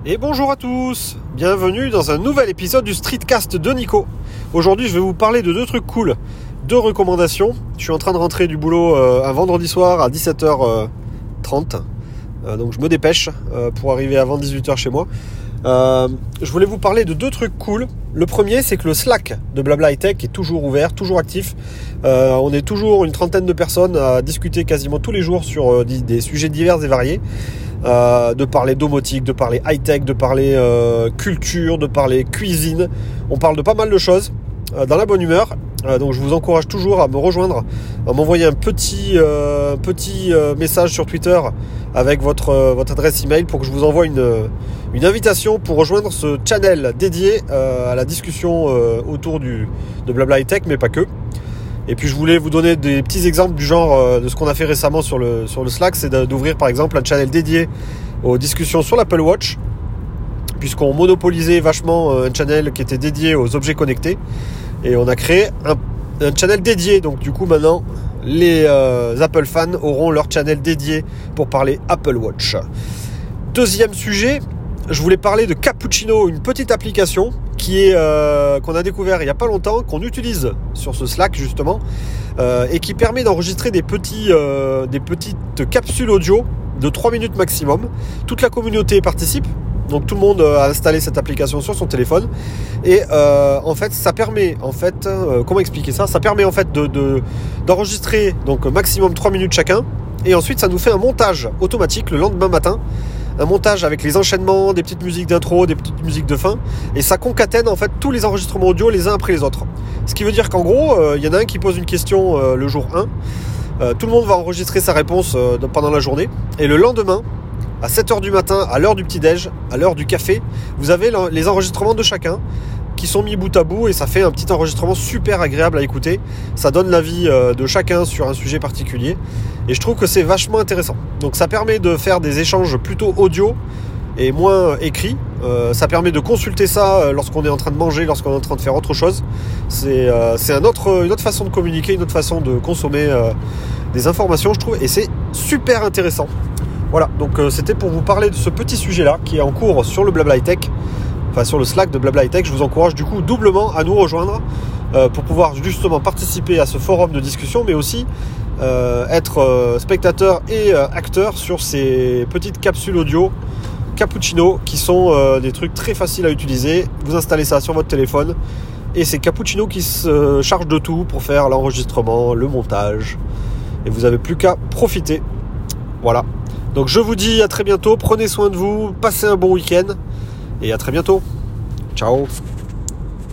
Et bonjour à tous, bienvenue dans un nouvel épisode du Streetcast de Nico. Aujourd'hui je vais vous parler de deux trucs cool, deux recommandations. Je suis en train de rentrer du boulot un vendredi soir à 17h30, donc je me dépêche pour arriver avant 18h chez moi. Je voulais vous parler de deux trucs cool. Le premier, c'est que le Slack de Blabla High Tech est toujours ouvert, toujours actif. On est toujours une trentaine de personnes à discuter quasiment tous les jours sur des sujets divers et variés. De parler domotique, de parler high-tech, de parler culture, de parler cuisine. On parle de pas mal de choses dans la bonne humeur. Donc je vous encourage toujours à me rejoindre, à m'envoyer un petit message sur Twitter avec votre adresse email pour que je vous envoie une invitation pour rejoindre ce channel dédié à la discussion autour de Blabla High Tech, mais pas que. Et puis je voulais vous donner des petits exemples du genre de ce qu'on a fait récemment sur le Slack, c'est d'ouvrir par exemple un channel dédié aux discussions sur l'Apple Watch, puisqu'on monopolisait vachement un channel qui était dédié aux objets connectés, et on a créé un channel dédié. Donc du coup maintenant les Apple fans auront leur channel dédié pour parler Apple Watch. Deuxième sujet, je voulais parler de Cappuccino, une petite application qu'on a découvert il n'y a pas longtemps, qu'on utilise sur ce Slack justement, et qui permet d'enregistrer des petites capsules audio de 3 minutes maximum. Toute la communauté participe, donc tout le monde a installé cette application sur son téléphone, et en fait ça permet, comment expliquer ça ? Ça permet en fait d'enregistrer donc maximum 3 minutes chacun, et ensuite ça nous fait un montage automatique le lendemain matin. Un montage avec les enchaînements, des petites musiques d'intro, des petites musiques de fin, et ça concatène en fait tous les enregistrements audio les uns après les autres. Ce qui veut dire qu'en gros, y en a un qui pose une question le jour 1, tout le monde va enregistrer sa réponse pendant la journée, et le lendemain, à 7h du matin, à l'heure du petit-déj, à l'heure du café, vous avez les enregistrements de chacun qui sont mis bout à bout, et ça fait un petit enregistrement super agréable à écouter. Ça donne l'avis de chacun sur un sujet particulier, et je trouve que c'est vachement intéressant. Donc ça permet de faire des échanges plutôt audio et moins écrits. Ça permet de consulter ça lorsqu'on est en train de manger, lorsqu'on est en train de faire autre chose. C'est une autre façon de communiquer, une autre façon de consommer des informations, je trouve, et c'est super intéressant. Voilà, donc c'était pour vous parler de ce petit sujet-là qui est en cours sur le Blabla High Tech, enfin sur le Slack de Blabla High Tech. Je vous encourage du coup doublement à nous rejoindre pour pouvoir justement participer à ce forum de discussion, mais aussi être spectateur et acteur sur ces petites capsules audio Cappuccino qui sont des trucs très faciles à utiliser. Vous installez ça sur votre téléphone et c'est Cappuccino qui se charge de tout pour faire l'enregistrement, le montage, et vous n'avez plus qu'à profiter. Voilà, donc je vous dis à très bientôt, prenez soin de vous, passez un bon week-end et à très bientôt. Ciao.